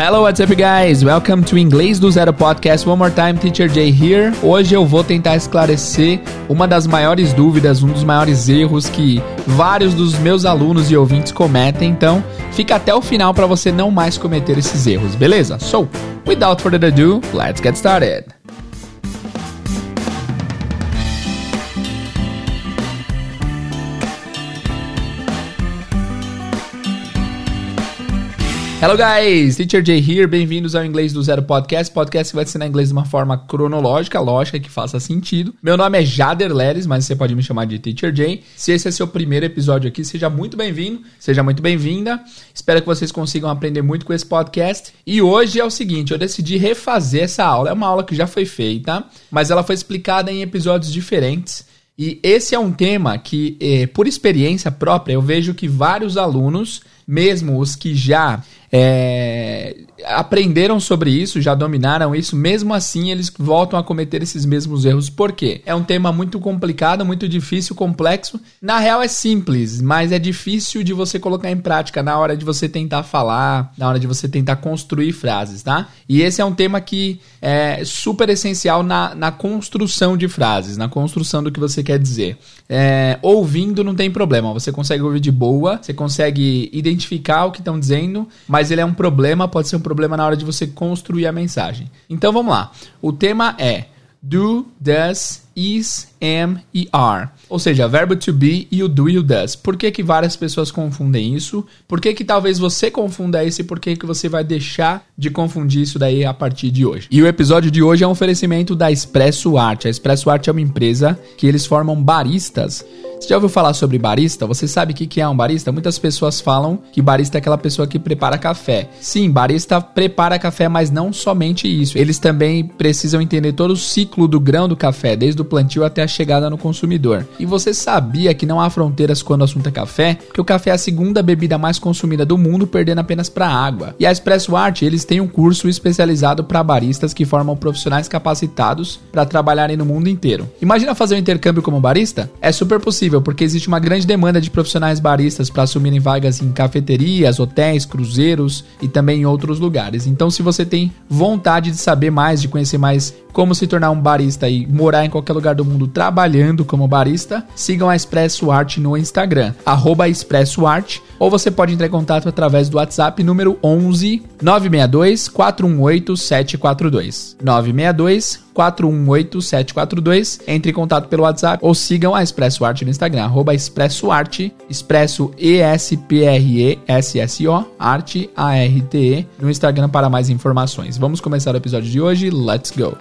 Hello, what's up, guys? Welcome to Inglês do Zero Podcast. One more time, Teacher Jay here. Hoje eu vou tentar esclarecer uma das maiores dúvidas, um dos maiores erros que vários dos meus alunos e ouvintes cometem. Então, fica até o final para você não mais cometer esses erros, beleza? So, without further ado, let's get started. Hello guys, Teacher Jay here, bem-vindos ao Inglês do Zero Podcast, podcast que vai te ensinar inglês de uma forma cronológica, lógica, que faça sentido. Meu nome é Jader Leles, mas você pode me chamar de Teacher Jay. Se esse é seu primeiro episódio aqui, seja muito bem-vindo, seja muito bem-vinda. Espero que vocês consigam aprender muito com esse podcast. E hoje é o seguinte, eu decidi refazer essa aula. É uma aula que já foi feita, mas ela foi explicada em episódios diferentes. E esse é um tema que, por experiência própria, eu vejo que vários alunos, mesmo os que já aprenderam sobre isso, já dominaram isso, mesmo assim eles voltam a cometer esses mesmos erros. Por quê? É um tema muito complicado, muito difícil, complexo. Na real é simples, mas é difícil de você colocar em prática na hora de você tentar falar, na hora de você tentar construir frases, tá? E esse é um tema que é super essencial na construção de frases, na construção do que você quer dizer. Ouvindo não tem problema, você consegue ouvir de boa, você consegue identificar o que estão dizendo, mas ele é um problema, pode ser um problema na hora de você construir a mensagem. Então vamos lá. O tema é do, does, is, am e are. Ou seja, verbo to be e o do e o does. Por que várias pessoas confundem isso? Por que talvez você confunda isso e por que você vai deixar de confundir isso daí a partir de hoje? E o episódio de hoje é um oferecimento da Expresso Arte. A Expresso Arte é uma empresa que eles formam baristas. Você já ouviu falar sobre barista? Você sabe o que é um barista? Muitas pessoas falam que barista é aquela pessoa que prepara café. Sim, barista prepara café, mas não somente isso. Eles também precisam entender todo o ciclo do grão do café, desde o plantio até a chegada no consumidor. E você sabia que não há fronteiras quando o assunto é café? Que o café é a segunda bebida mais consumida do mundo, perdendo apenas para a água. E a Expresso Arte, eles têm um curso especializado para baristas que formam profissionais capacitados para trabalharem no mundo inteiro. Imagina fazer um intercâmbio como barista? É super possível, porque existe uma grande demanda de profissionais baristas para assumirem vagas em cafeterias, hotéis, cruzeiros e também em outros lugares. Então, se você tem vontade de saber mais, de conhecer mais como se tornar um barista e morar em qualquer lugar do mundo trabalhando como barista, sigam a Expresso Arte no Instagram, @ExpressoArte, ou você pode entrar em contato através do WhatsApp número 11 962 418 742. 962 418 742. Entre em contato pelo WhatsApp ou sigam a Expresso Arte no Instagram, @ExpressoArte, Expresso ESPRESSO, Arte ARTE, no Instagram para mais informações. Vamos começar o episódio de hoje, let's go!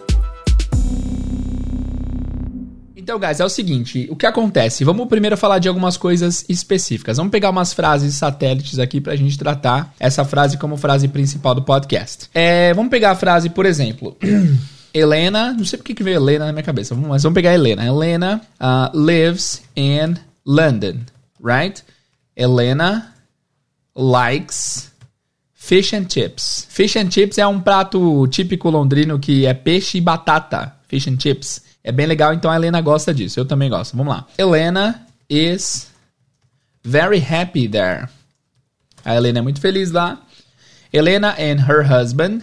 Então, guys, é o seguinte, o que acontece? Vamos primeiro falar de algumas coisas específicas. Vamos pegar umas frases satélites aqui pra gente tratar essa frase como frase principal do podcast. Vamos pegar a frase, por exemplo, Helena, não sei porque que veio Helena na minha cabeça, mas vamos pegar a Helena. Helena lives in London, right? Helena likes fish and chips. Fish and chips é um prato típico londrino que é peixe e batata. Fish and chips. É bem legal, então a Helena gosta disso. Eu também gosto. Vamos lá. Helena is very happy there. A Helena é muito feliz lá. Helena and her husband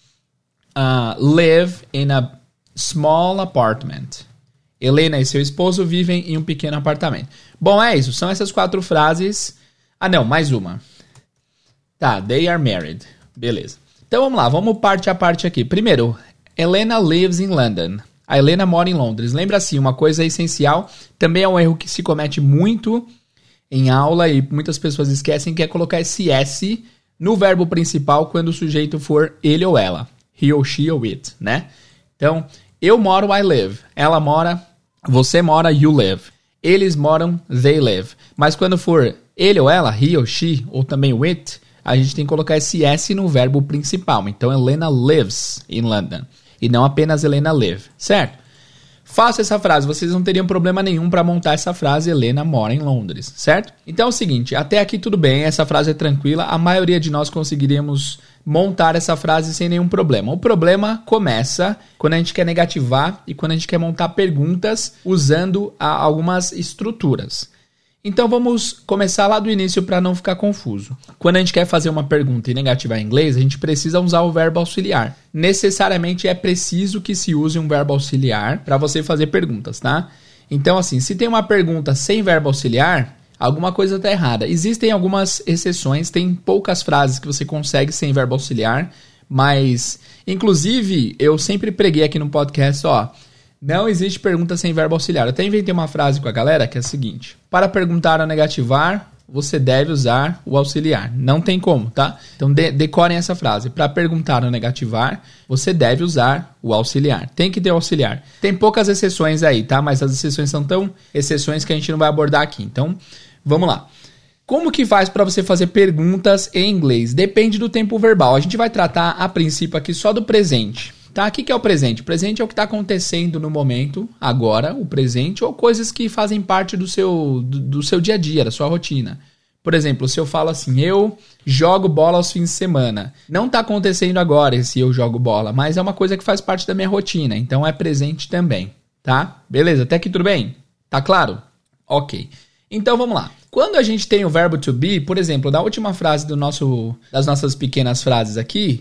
live in a small apartment. Helena e seu esposo vivem em um pequeno apartamento. Bom, é isso. São essas 4 frases. Ah, não. Mais uma. Tá. They are married. Beleza. Então, vamos lá. Vamos parte a parte aqui. Primeiro, Helena lives in London. A Helena mora em Londres. Lembra assim, uma coisa essencial, também é um erro que se comete muito em aula e muitas pessoas esquecem, que é colocar esse S no verbo principal quando o sujeito for ele ou ela. He ou she ou it, né? Então, eu moro, I live. Ela mora, você mora, you live. Eles moram, they live. Mas quando for ele ou ela, he ou she, ou também o it, a gente tem que colocar esse S no verbo principal. Então, Helena lives in London. E não apenas Helena live, certo? Faça essa frase, vocês não teriam problema nenhum para montar essa frase, Helena mora em Londres, certo? Então é o seguinte, até aqui tudo bem, essa frase é tranquila, a maioria de nós conseguiríamos montar essa frase sem nenhum problema. O problema começa quando a gente quer negativar e quando a gente quer montar perguntas usando algumas estruturas. Então vamos começar lá do início para não ficar confuso. Quando a gente quer fazer uma pergunta e negativar em inglês, a gente precisa usar o verbo auxiliar. Necessariamente é preciso que se use um verbo auxiliar para você fazer perguntas, tá? Então assim, se tem uma pergunta sem verbo auxiliar, alguma coisa está errada. Existem algumas exceções, tem poucas frases que você consegue sem verbo auxiliar, mas inclusive eu sempre preguei aqui no podcast, não existe pergunta sem verbo auxiliar. Eu até inventei uma frase com a galera que é a seguinte: para perguntar ou negativar, você deve usar o auxiliar. Não tem como, tá? Então decorem essa frase. Para perguntar ou negativar, você deve usar o auxiliar. Tem que ter o auxiliar. Tem poucas exceções aí, tá? Mas as exceções são tão exceções que a gente não vai abordar aqui. Então, vamos lá. Como que faz para você fazer perguntas em inglês? Depende do tempo verbal. A gente vai tratar, a princípio, aqui só do presente. Tá? O que é o presente? O presente é o que está acontecendo no momento, agora, o presente, ou coisas que fazem parte do seu dia a dia, da sua rotina. Por exemplo, se eu falo assim, eu jogo bola aos fins de semana. Não está acontecendo agora esse eu jogo bola, mas é uma coisa que faz parte da minha rotina, então é presente também, tá? Beleza, até aqui tudo bem? Tá claro? Ok. Então vamos lá. Quando a gente tem o verbo to be, por exemplo, da última frase das nossas pequenas frases aqui,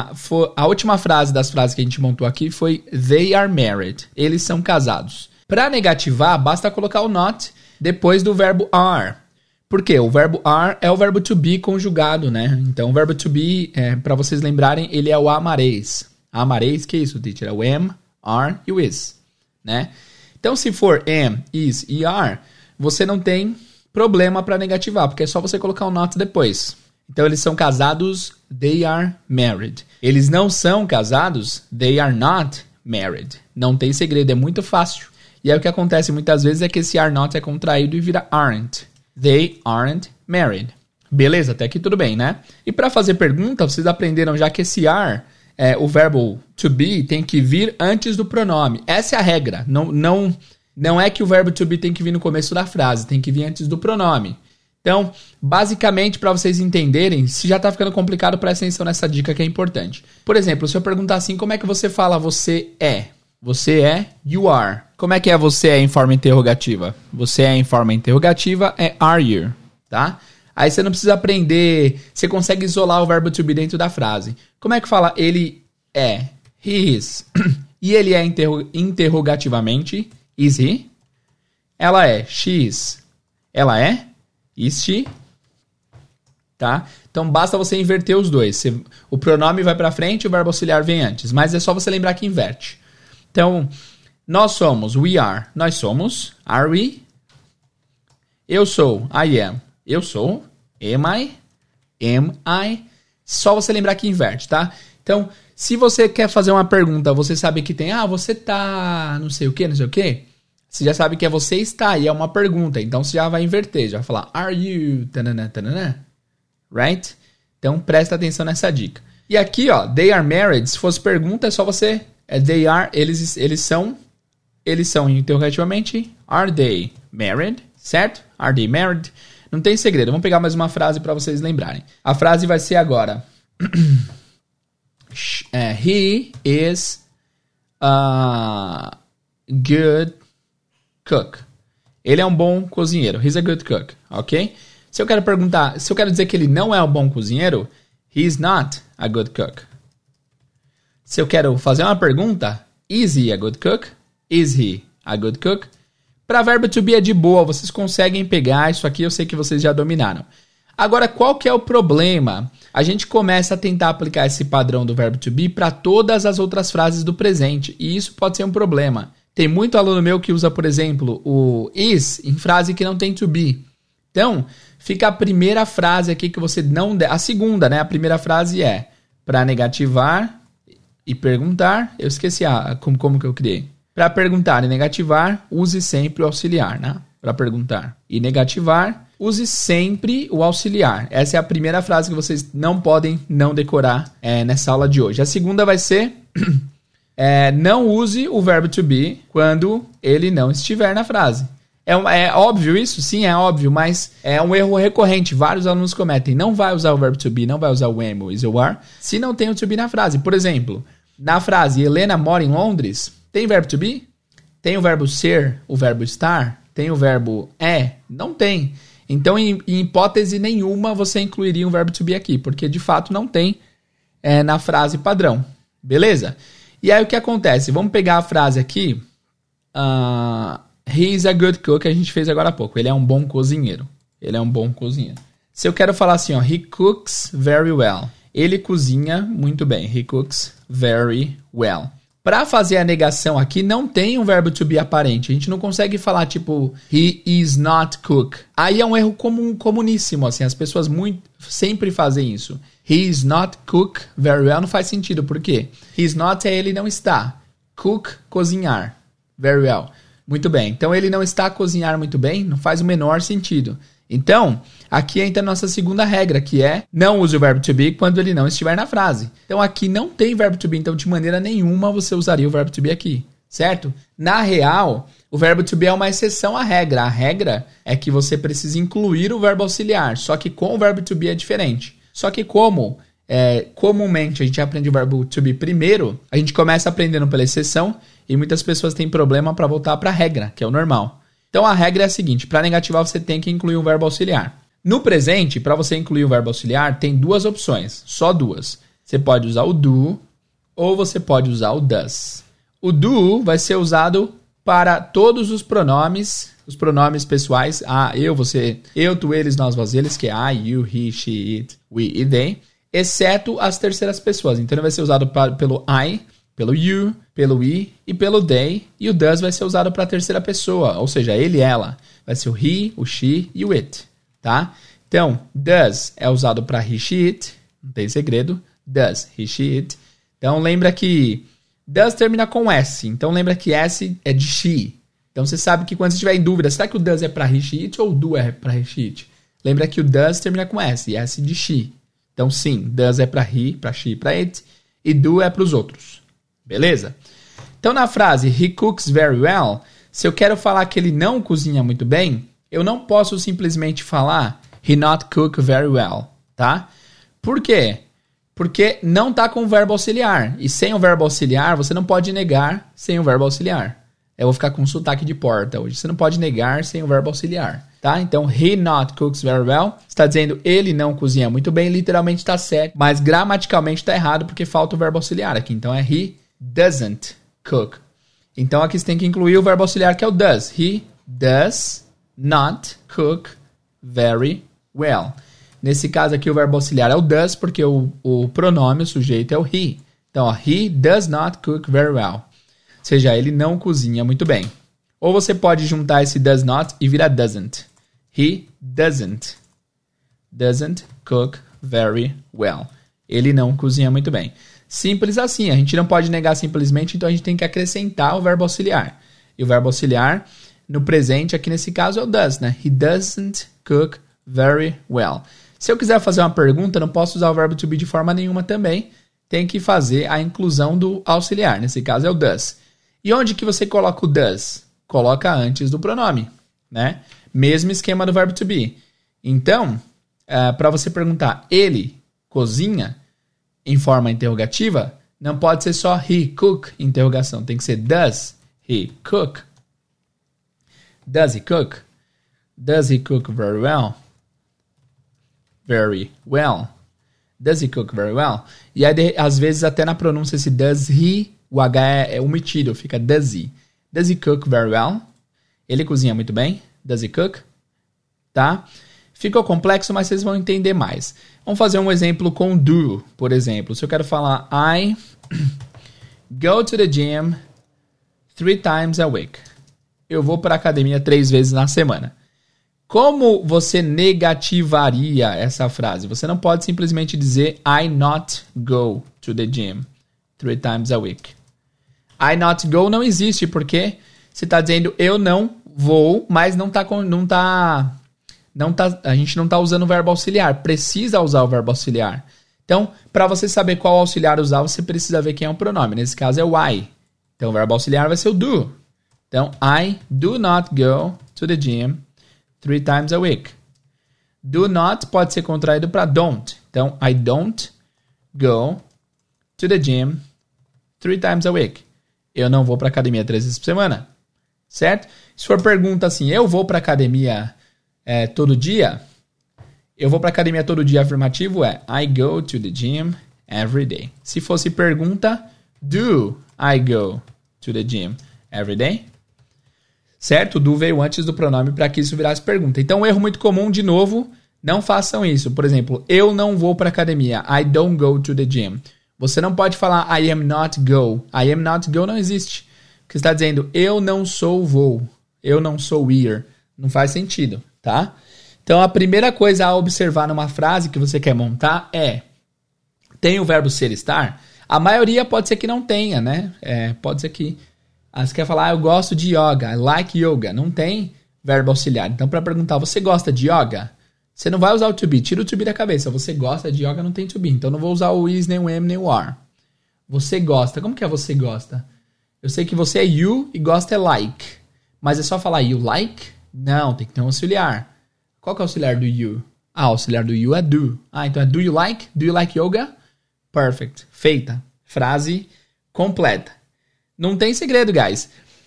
a última frase das frases que a gente montou aqui foi they are married. Eles são casados. Para negativar, basta colocar o not depois do verbo are. Por quê? O verbo are é o verbo to be conjugado, né? Então o verbo to be, para vocês lembrarem, ele é o amareis. Amareis, que é isso, teacher? É o am, are e o is, né? Então se for am, is e are, você não tem problema para negativar, porque é só você colocar o not depois. Então, eles são casados, they are married. Eles não são casados, they are not married. Não tem segredo, é muito fácil. E aí o que acontece muitas vezes é que esse are not é contraído e vira aren't. They aren't married. Beleza? Até aqui tudo bem, né? E para fazer pergunta, vocês aprenderam já que esse are, o verbo to be, tem que vir antes do pronome. Essa é a regra. Não é que o verbo to be tem que vir no começo da frase, tem que vir antes do pronome. Então, basicamente, para vocês entenderem, se já está ficando complicado, presta atenção nessa dica que é importante. Por exemplo, se eu perguntar assim, como é que você fala você é? Você é, you are. Como é que é você é em forma interrogativa? Você é em forma interrogativa é are you, tá? Aí você não precisa aprender, você consegue isolar o verbo to be dentro da frase. Como é que fala ele é? He is. E ele é interrogativamente? Is he? Ela é. She is. Ela é. Is she? Tá? Então basta você inverter os dois. O pronome vai para frente e o verbo auxiliar vem antes. Mas é só você lembrar que inverte. Então, nós somos. We are. Nós somos. Are we? Eu sou. I am. Eu sou. Am I? Am I? Só você lembrar que inverte, tá? Então, se você quer fazer uma pergunta, você sabe que tem, você tá não sei o quê. Você já sabe que é você está e é uma pergunta. Então, você já vai inverter, já vai falar, are you, tanana, tanana, right? Então, presta atenção nessa dica. E aqui, they are married, se fosse pergunta, é só você, they are, eles são interrogativamente, are they married, certo? Are they married? Não tem segredo, vamos pegar mais uma frase para vocês lembrarem. A frase vai ser agora... he is a good cook. Ele é um bom cozinheiro. He's a good cook, ok? Se eu quero dizer que ele não é um bom cozinheiro, he's not a good cook. Se eu quero fazer uma pergunta, is he a good cook? Is he a good cook? Para verbo to be é de boa, vocês conseguem pegar isso aqui, eu sei que vocês já dominaram. Agora, qual que é o problema? A gente começa a tentar aplicar esse padrão do verbo to be para todas as outras frases do presente. E isso pode ser um problema. Tem muito aluno meu que usa, por exemplo, o is em frase que não tem to be. Então, fica a primeira frase aqui que você não... A segunda, né? A primeira frase é para negativar e perguntar. Eu esqueci como que eu criei. Para perguntar e negativar, use sempre o auxiliar, né? Para perguntar e negativar, use sempre o auxiliar. Essa é a primeira frase que vocês não podem não decorar nessa aula de hoje. A segunda vai ser... não use o verbo to be quando ele não estiver na frase. É óbvio isso? Sim, é óbvio, mas é um erro recorrente. Vários alunos cometem. Não vai usar o verbo to be, não vai usar o am, o is ou are, se não tem o to be na frase. Por exemplo, na frase Helena mora em Londres, tem verbo to be? Tem o verbo ser, o verbo estar? Tem o verbo Não tem. Então, em hipótese nenhuma, você incluiria um verbo to be aqui, porque de fato não tem na frase padrão. Beleza? E aí o que acontece? Vamos pegar a frase aqui. He is a good cook, a gente fez agora há pouco. Ele é um bom cozinheiro. Ele é um bom cozinheiro. Se eu quero falar assim, ó, he cooks very well. Ele cozinha muito bem. He cooks very well. Para fazer a negação aqui, não tem um verbo to be aparente. A gente não consegue falar, tipo, he is not cook. Aí é um erro comuníssimo, assim. As pessoas sempre fazem isso. He is not cook very well não faz sentido. Por quê? He is not é ele não está. Cook, cozinhar. Very well. Muito bem. Então, ele não está a cozinhar muito bem, não faz o menor sentido. Então, aqui entra a nossa segunda regra, que é não use o verbo to be quando ele não estiver na frase. Então, aqui não tem verbo to be, então de maneira nenhuma você usaria o verbo to be aqui, certo? Na real, o verbo to be é uma exceção à regra. A regra é que você precisa incluir o verbo auxiliar, só que com o verbo to be é diferente. Só que como comumente a gente aprende o verbo to be primeiro, a gente começa aprendendo pela exceção e muitas pessoas têm problema para voltar para a regra, que é o normal. Então, a regra é a seguinte, para negativar você tem que incluir um verbo auxiliar. No presente, para você incluir o verbo auxiliar, tem duas opções, só duas. Você pode usar o do ou você pode usar o does. O do vai ser usado para todos os pronomes pessoais, eu, você, eu, tu, eles, nós, vós, eles, que é I, you, he, she, it, we e they, exceto as terceiras pessoas. Então, ele vai ser usado pelo I, pelo you, pelo we e pelo they. E o does vai ser usado para a terceira pessoa, ou seja, ele e ela. Vai ser o he, o she e o it, tá? Então, does é usado para he, she, it. Não tem segredo. Does, he, she, it. Então, lembra que does termina com S. Então, lembra que S é de she. Então, você sabe que quando você estiver em dúvida, será que o does é para he, she, it ou o do é para he, she, it? Lembra que o does termina com S, e S de she. Então, sim, does é para he, para she, para it. E do é para os outros. Beleza? Então, na frase he cooks very well, se eu quero falar que ele não cozinha muito bem, eu não posso simplesmente falar he not cook very well, tá? Por quê? Porque não está com o verbo auxiliar. E sem o verbo auxiliar, você não pode negar sem o verbo auxiliar. Eu vou ficar com sotaque de porta hoje. Você não pode negar sem o verbo auxiliar, tá? Então, he not cooks very well. Está dizendo ele não cozinha muito bem, literalmente está certo. Mas gramaticalmente está errado porque falta o verbo auxiliar aqui. Então, é he doesn't cook. Então, aqui você tem que incluir o verbo auxiliar que é o does. He does not cook very well. Nesse caso aqui, o verbo auxiliar é o does, porque o pronome, o sujeito, é o he. Então, ó, he does not cook very well. Ou seja, ele não cozinha muito bem. Ou você pode juntar esse does not e virar doesn't. He doesn't cook very well. Ele não cozinha muito bem. Simples assim, a gente não pode negar simplesmente, então a gente tem que acrescentar o verbo auxiliar. E o verbo auxiliar, no presente, aqui nesse caso, é o does, né? He doesn't cook very well. Se eu quiser fazer uma pergunta, não posso usar o verbo to be de forma nenhuma também. Tem que fazer a inclusão do auxiliar, nesse caso é o does. E onde que você coloca o does? Coloca antes do pronome, né? Mesmo esquema do verbo to be. Então, para você perguntar, ele cozinha? Em forma interrogativa, não pode ser só he cook, interrogação. Tem que ser does he cook? Does he cook? Does he cook very well? Very well. Does he cook very well? E aí, às vezes, até na pronúncia, esse does he, o H é omitido, fica does he. Does he cook very well? Ele cozinha muito bem? Does he cook? Tá? Ficou complexo, mas vocês vão entender mais. Vamos fazer um exemplo com do, por exemplo. Se eu quero falar I go to the gym 3 times a week. Eu vou para a academia 3 vezes na semana. Como você negativaria essa frase? Você não pode simplesmente dizer I not go to the gym 3 times a week. I not go não existe, porque você está dizendo eu não vou, mas a gente não está usando o verbo auxiliar. Precisa usar o verbo auxiliar. Então, para você saber qual auxiliar usar, você precisa ver quem é o pronome. Nesse caso é o I. Então, o verbo auxiliar vai ser o do. Então, I do not go to the gym 3 times a week. Do not pode ser contraído para don't. Então, I don't go to the gym 3 times a week. Eu não vou para a academia 3 vezes por semana. certo? Se for pergunta assim, eu vou pra academia todo dia? Eu vou pra academia todo dia, afirmativo é I go to the gym every day. Se fosse pergunta, do I go to the gym every day? Certo? O do veio antes do pronome para que isso virasse pergunta. Então, um erro muito comum, de novo, não façam isso. Por exemplo, eu não vou para academia. I don't go to the gym. Você não pode falar I am not go. I am not go não existe. Porque você está dizendo eu não sou vou. Eu não sou ir. Não faz sentido, tá? Então, a primeira coisa a observar numa frase que você quer montar é: tem o verbo ser, estar? A maioria pode ser que não tenha, né? Pode ser que... você quer falar, eu gosto de yoga, I like yoga. Não tem verbo auxiliar. Então, para perguntar, você gosta de yoga? Você não vai usar o to be. Tira o to be da cabeça. Você gosta de yoga, não tem to be. Então, não vou usar o is, nem o am, nem o are. Você gosta. Como que é você gosta? Eu sei que você é you e gosta é like. Mas é só falar you like? Não, tem que ter um auxiliar. Qual que é o auxiliar do you? O auxiliar do you é do. Então é do you like? Do you like yoga? Perfect. Feita. Frase completa. Não tem segredo, guys.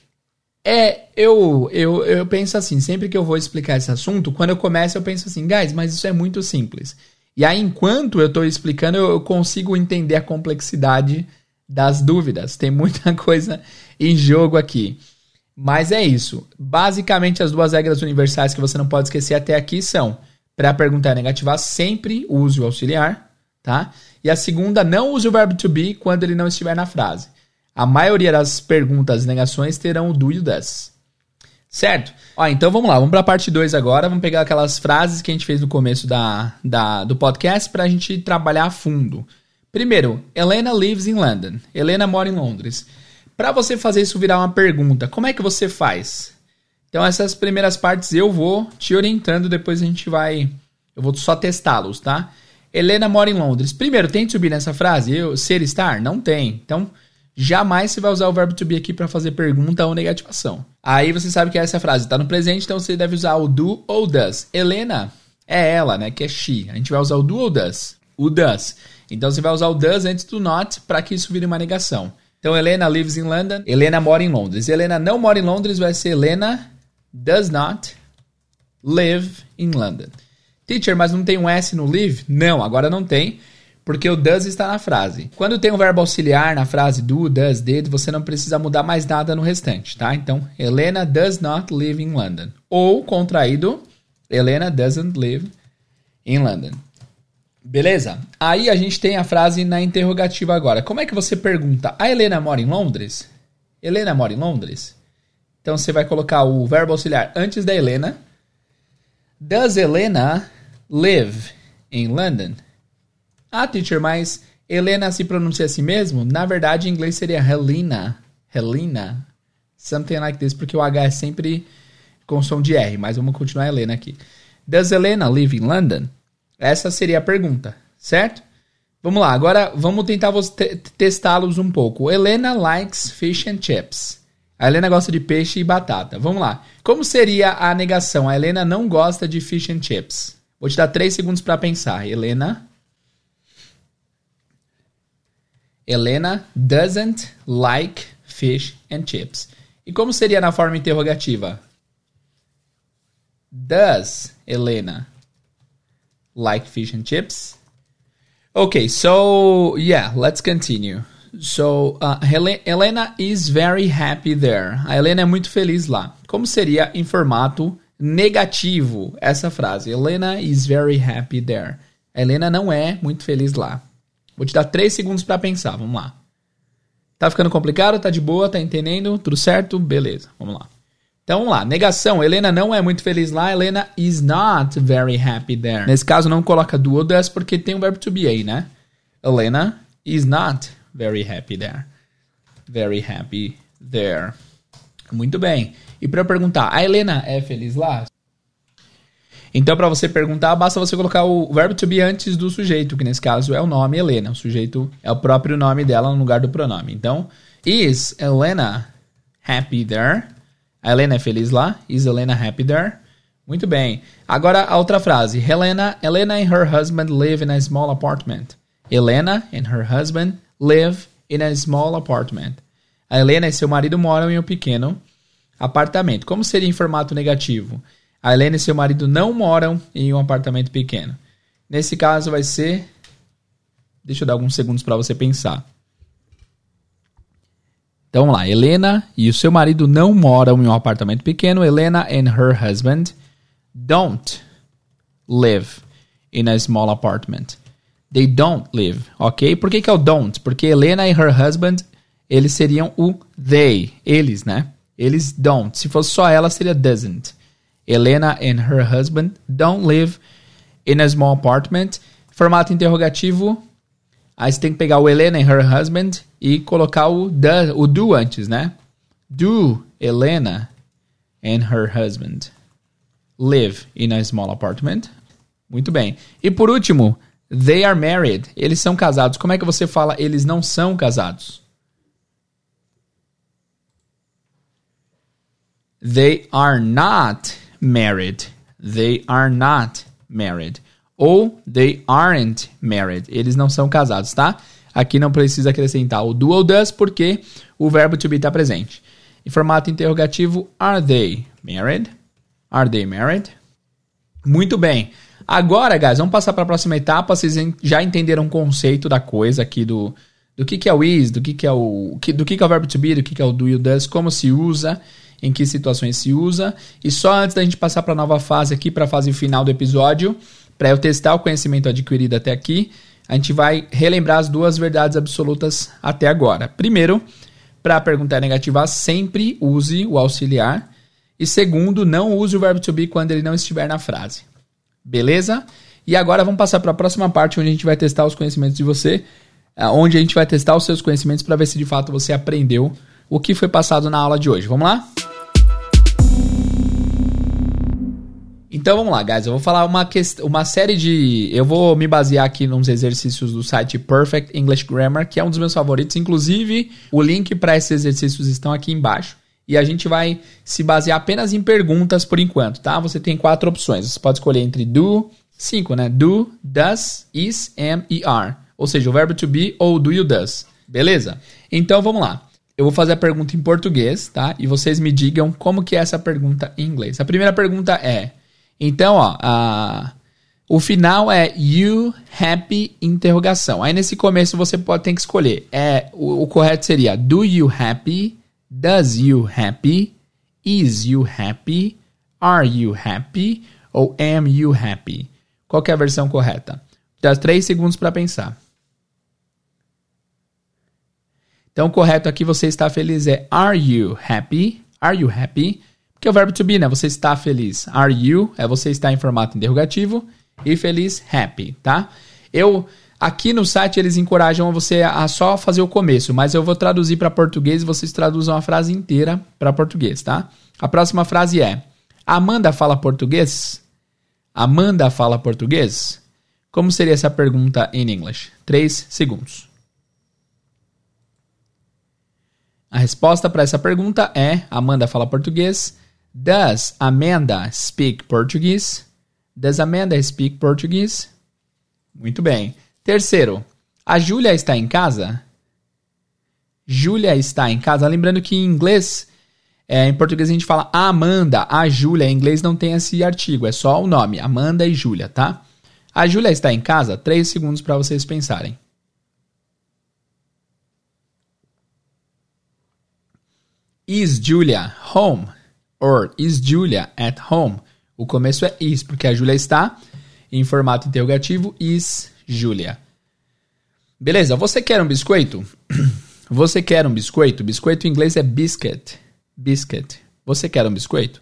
Eu penso assim, sempre que eu vou explicar esse assunto, quando eu começo eu penso assim, guys, mas isso é muito simples. E aí, enquanto eu estou explicando, eu consigo entender a complexidade das dúvidas. Tem muita coisa em jogo aqui. Mas é isso. Basicamente, as duas regras universais que você não pode esquecer até aqui são: para perguntar e negativar, sempre use o auxiliar, tá? E a segunda, não use o verbo to be quando ele não estiver na frase. A maioria das perguntas e negações terão o do e o does. Certo? Então vamos lá, vamos para a parte 2 agora. Vamos pegar aquelas frases que a gente fez no começo do podcast para a gente trabalhar a fundo. Primeiro, Helena lives in London. Helena mora em Londres. Para você fazer isso virar uma pergunta, como é que você faz? Então essas primeiras partes eu vou te orientando, depois eu vou só testá-los, tá? Helena mora em Londres. Primeiro, tem to be nessa frase? Ser, estar? Não tem. Então, jamais você vai usar o verbo to be aqui para fazer pergunta ou negativação. Aí você sabe que essa frase está no presente, então você deve usar o do ou does. Helena é ela, né? Que é she. A gente vai usar o do ou does? O does. Então você vai usar o does antes do not para que isso vire uma negação. Então, Helena lives in London. Helena mora em Londres. Helena não mora em Londres, vai ser Helena does not live in London. Teacher, mas não tem um S no live? Não, agora não tem, porque o does está na frase. Quando tem um verbo auxiliar na frase do, does, did, você não precisa mudar mais nada no restante, tá? Então, Helena does not live in London. Ou, contraído, Helena doesn't live in London. Beleza? Aí a gente tem a frase na interrogativa agora. Como é que você pergunta? A Helena mora em Londres? Helena mora em Londres? Então, você vai colocar o verbo auxiliar antes da Helena. Does Helena live in London? Teacher, mas Helena se pronuncia assim mesmo? Na verdade, em inglês seria Helena. Helena. Something like this, porque o H é sempre com som de R, mas vamos continuar Helena aqui. Does Helena live in London? Essa seria a pergunta, certo? Vamos lá, agora vamos tentar testá-los um pouco. Helena likes fish and chips. A Helena gosta de peixe e batata. Vamos lá. Como seria a negação? A Helena não gosta de fish and chips. Vou te dar 3 segundos para pensar. Helena doesn't like fish and chips. E como seria na forma interrogativa? Does Helena like fish and chips? Okay, so yeah, let's continue. So, Helena is very happy there. A Helena é muito feliz lá. Como seria em formato negativo essa frase? Helena is very happy there. A Helena não é muito feliz lá. Vou te dar 3 segundos para pensar. Vamos lá. Tá ficando complicado? Tá de boa? Tá entendendo? Tudo certo? Beleza. Vamos lá. Então, vamos lá. Negação. Helena não é muito feliz lá. Helena is not very happy there. Nesse caso, não coloca do ou does porque tem um verbo to be aí, né? Helena is not very happy there. Very happy there. Muito bem. E para eu perguntar, a Helena é feliz lá? Então, para você perguntar, basta você colocar o verbo to be antes do sujeito, que nesse caso é o nome Helena. O sujeito é o próprio nome dela no lugar do pronome. Então, is Helena happy there? A Helena é feliz lá? Is Helena happy there? Muito bem. Agora, a outra frase. Helena and her husband live in a small apartment. Helena and her husband live in a small apartment. A Helena e seu marido moram em um pequeno apartamento. Como seria em formato negativo? A Helena e seu marido não moram em um apartamento pequeno. Nesse caso vai ser... Deixa eu dar alguns segundos para você pensar. Então vamos lá. Helena e o seu marido não moram em um apartamento pequeno. Helena and her husband don't live in a small apartment. They don't live, ok? Por que é o don't? Porque Helena e her husband, eles seriam o they. Eles, né? Eles don't. Se fosse só ela, seria doesn't. Helena and her husband don't live in a small apartment. Formato interrogativo. Aí você tem que pegar o Helena and her husband e colocar o do antes, né? Do Helena and her husband live in a small apartment? Muito bem. E por último, they are married. Eles são casados. Como é que você fala eles não são casados? They are not married. They are not married. Ou they aren't married. Eles não são casados, tá? Aqui não precisa acrescentar o do ou does porque o verbo to be está presente. Em formato interrogativo, are they married? Are they married? Muito bem. Agora, guys, vamos passar para a próxima etapa. Vocês já entenderam o conceito da coisa aqui do que é o is, do que é o verbo to be, do que é o do e o does, como se usa, em que situações se usa. E só antes da gente passar para a nova fase aqui, para a fase final do episódio, para eu testar o conhecimento adquirido até aqui, a gente vai relembrar as duas verdades absolutas até agora. Primeiro, para perguntar negativar, sempre use o auxiliar. E segundo, não use o verbo to be quando ele não estiver na frase. Beleza? E agora vamos passar para a próxima parte, onde a gente vai testar os conhecimentos de você, onde a gente vai testar os seus conhecimentos para ver se de fato você aprendeu o que foi passado na aula de hoje. Vamos lá? Então vamos lá, guys. Eu vou falar uma série de... Eu vou me basear aqui nos exercícios do site Perfect English Grammar, que é um dos meus favoritos. Inclusive, o link para esses exercícios estão aqui embaixo. E a gente vai se basear apenas em perguntas por enquanto, tá? Você tem 4 opções. Você pode escolher entre do, 5, né? Do, does, is, am e are. Ou seja, o verbo to be ou do e o does. Beleza? Então vamos lá. Eu vou fazer a pergunta em português, tá? E vocês me digam como que é essa pergunta em inglês. A primeira pergunta é... Então, ó, o final é you happy interrogação. Aí nesse começo você tem que escolher. O correto seria do you happy, does you happy, is you happy, are you happy ou am you happy? Qual que é a versão correta? Dá 3 segundos para pensar. Então o correto aqui, você está feliz, é are you happy? Are you happy? Porque é o verbo to be, né? Você está feliz. Are you? É você está em formato interrogativo. E feliz, happy, tá? Aqui no site, eles encorajam você a só fazer o começo. Mas eu vou traduzir para português e vocês traduzam a frase inteira para português, tá? A próxima frase é... Amanda fala português? Amanda fala português? Como seria essa pergunta em inglês? 3 segundos. A resposta para essa pergunta é... Amanda fala português... Does Amanda speak Portuguese? Does Amanda speak Portuguese? Muito bem. Terceiro, a Júlia está em casa? Júlia está em casa. Lembrando que em inglês, em português a gente fala Amanda, a Júlia. Em inglês não tem esse artigo, é só o nome, Amanda e Júlia, tá? A Júlia está em casa? 3 segundos para vocês pensarem. Is Julia home? Or is Julia at home? O começo é is, porque a Julia está em formato interrogativo. Is Julia. Beleza, você quer um biscoito? Você quer um biscoito? Biscoito em inglês é biscuit. Biscuit. Você quer um biscoito?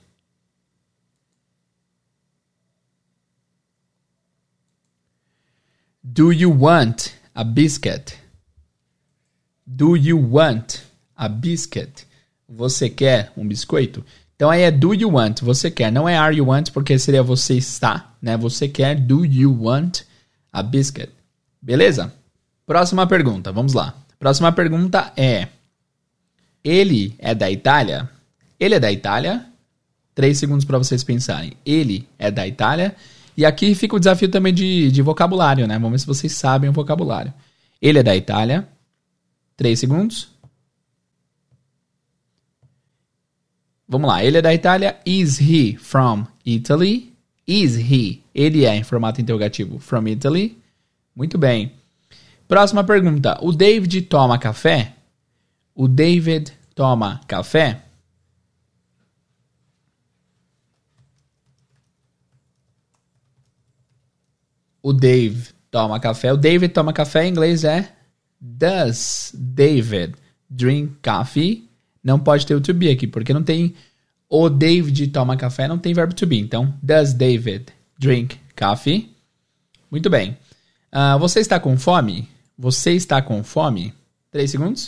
Do you want a biscuit? Do you want a biscuit? Você quer um biscoito? Então aí é do you want, você quer. Não é are you want, porque seria você está, né? Você quer, do you want a biscuit? Beleza? Próxima pergunta, vamos lá. Próxima pergunta é... Ele é da Itália? Ele é da Itália? 3 segundos para vocês pensarem. Ele é da Itália? E aqui fica o desafio também de vocabulário, né? Vamos ver se vocês sabem o vocabulário. Ele é da Itália? 3 segundos. Vamos lá, ele é da Itália. Is he from Italy? Is he? Ele é, em formato interrogativo, from Italy? Muito bem. Próxima pergunta. O David toma café? O David toma café? O Dave toma café. O David toma café em inglês é Does David drink coffee? Não pode ter o to be aqui, porque não tem o David toma café, não tem verbo to be. Então, does David drink coffee? Muito bem. Você está com fome? Você está com fome? 3 segundos.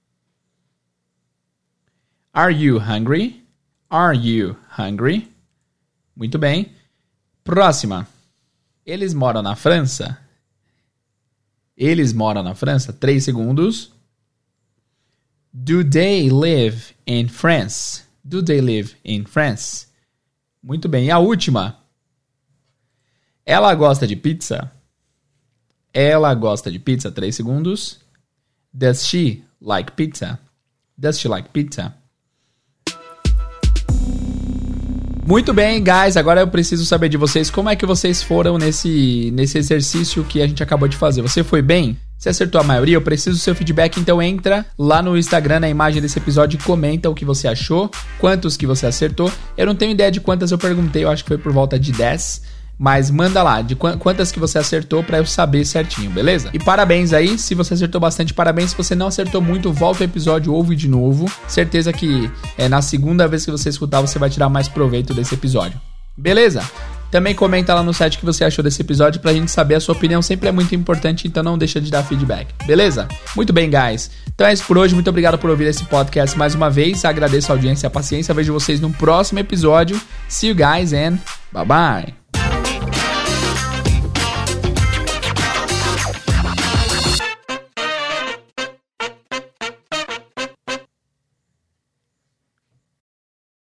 Are you hungry? Are you hungry? Muito bem. Próxima. Eles moram na França? Eles moram na França? 3 segundos. Do they live in France? Do they live in France? Muito bem. E a última. Ela gosta de pizza? Ela gosta de pizza? 3 segundos. Does she like pizza? Does she like pizza? Muito bem, guys. Agora eu preciso saber de vocês como é que vocês foram nesse exercício que a gente acabou de fazer. Você foi bem? Você acertou a maioria? Eu preciso do seu feedback, então entra lá no Instagram, na imagem desse episódio, e comenta o que você achou, quantos que você acertou. Eu não tenho ideia de quantas eu perguntei, eu acho que foi por volta de 10. Mas manda lá, de quantas que você acertou pra eu saber certinho, beleza? E parabéns aí, se você acertou bastante, parabéns. Se você não acertou muito, volta o episódio, ouve de novo. Certeza que na segunda vez que você escutar, você vai tirar mais proveito desse episódio. Beleza? Também comenta lá no site o que você achou desse episódio pra gente saber. A sua opinião sempre é muito importante, então não deixa de dar feedback, beleza? Muito bem, guys. Então é isso por hoje. Muito obrigado por ouvir esse podcast mais uma vez. Agradeço a audiência e a paciência. Vejo vocês no próximo episódio. See you guys and bye bye.